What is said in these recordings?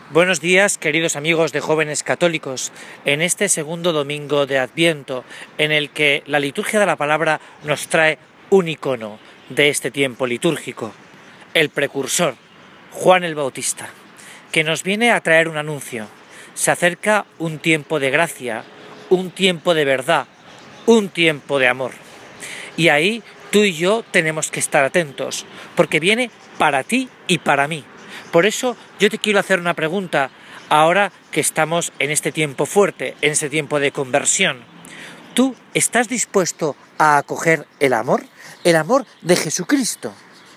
Buenos días, queridos amigos de Jóvenes Católicos, en este segundo domingo de Adviento, en el que la liturgia de la palabra nos trae un icono de este tiempo litúrgico, el precursor, Juan el Bautista, que nos viene a traer un anuncio. Se acerca un tiempo de gracia, un tiempo de verdad, un tiempo de amor. Y ahí tú y yo tenemos que estar atentos, porque viene para ti y para mí. Por eso yo te quiero hacer una pregunta, ahora que estamos en este tiempo fuerte, en este tiempo de conversión. ¿Tú estás dispuesto a acoger el amor de Jesucristo?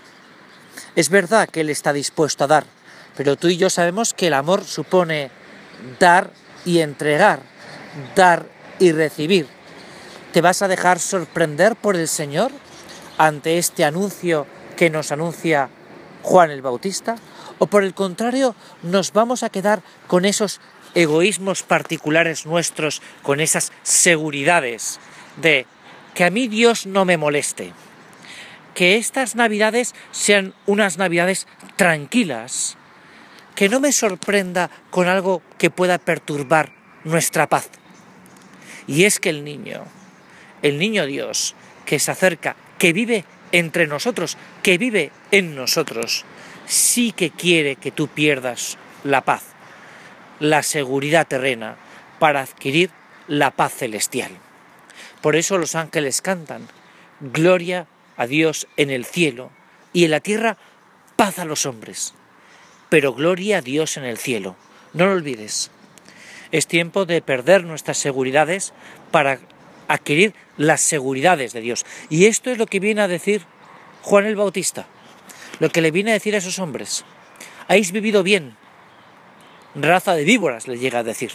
Es verdad que Él está dispuesto a dar, pero tú y yo sabemos que el amor supone dar y entregar, dar y recibir. ¿Te vas a dejar sorprender por el Señor ante este anuncio que nos anuncia Juan el Bautista? ¿O por el contrario, nos vamos a quedar con esos egoísmos particulares nuestros, con esas seguridades de que a mí Dios no me moleste? Que estas Navidades sean unas Navidades tranquilas, que no me sorprenda con algo que pueda perturbar nuestra paz. Y es que el niño Dios, que se acerca, que vive entre nosotros, que vive en nosotros, sí que quiere que tú pierdas la paz, la seguridad terrena, para adquirir la paz celestial. Por eso los ángeles cantan: gloria a Dios en el cielo, y en la tierra paz a los hombres. Pero gloria a Dios en el cielo, no lo olvides. Es tiempo de perder nuestras seguridades para adquirir las seguridades de Dios. Y esto es lo que viene a decir Juan el Bautista, lo que le viene a decir a esos hombres: habéis vivido bien, raza de víboras, les llega a decir.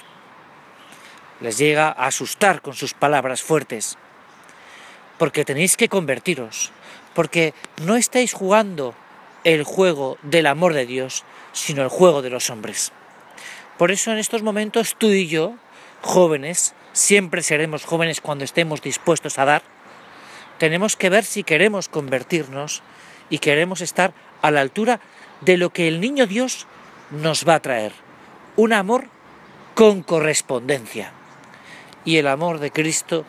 Les llega a asustar con sus palabras fuertes, porque tenéis que convertiros, porque no estáis jugando el juego del amor de Dios, sino el juego de los hombres. Por eso en estos momentos tú y yo, jóvenes, siempre seremos jóvenes cuando estemos dispuestos a dar, tenemos que ver si queremos convertirnos y queremos estar a la altura de lo que el niño Dios nos va a traer. Un amor con correspondencia. Y el amor de Cristo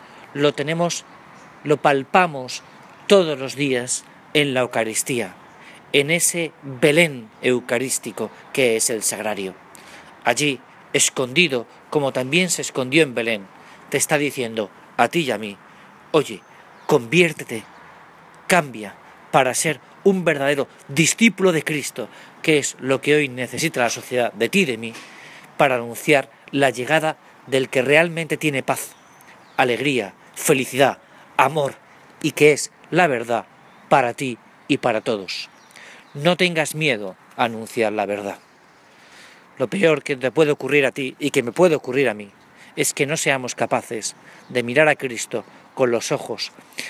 lo palpamos todos los días en la Eucaristía, en ese Belén eucarístico que es el sagrario. Allí, escondido, como también se escondió en Belén, te está diciendo a ti y a mí: oye, conviértete, cambia para ser un verdadero discípulo de Cristo, que es lo que hoy necesita la sociedad de ti y de mí, para anunciar la llegada del que realmente tiene paz, alegría, felicidad, amor, y que es la verdad para ti y para todos. No tengas miedo a anunciar la verdad. Lo peor que te puede ocurrir a ti y que me puede ocurrir a mí es que no seamos capaces de mirar a Cristo con los ojos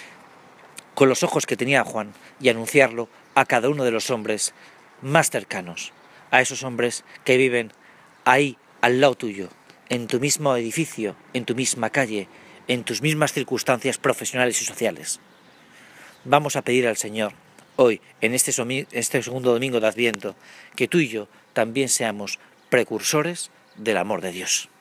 que tenía Juan y anunciarlo a cada uno de los hombres más cercanos, a esos hombres que viven ahí al lado tuyo, en tu mismo edificio, en tu misma calle, en tus mismas circunstancias profesionales y sociales. Vamos a pedir al Señor hoy, en este segundo domingo de Adviento, que tú y yo también seamos precursores del amor de Dios.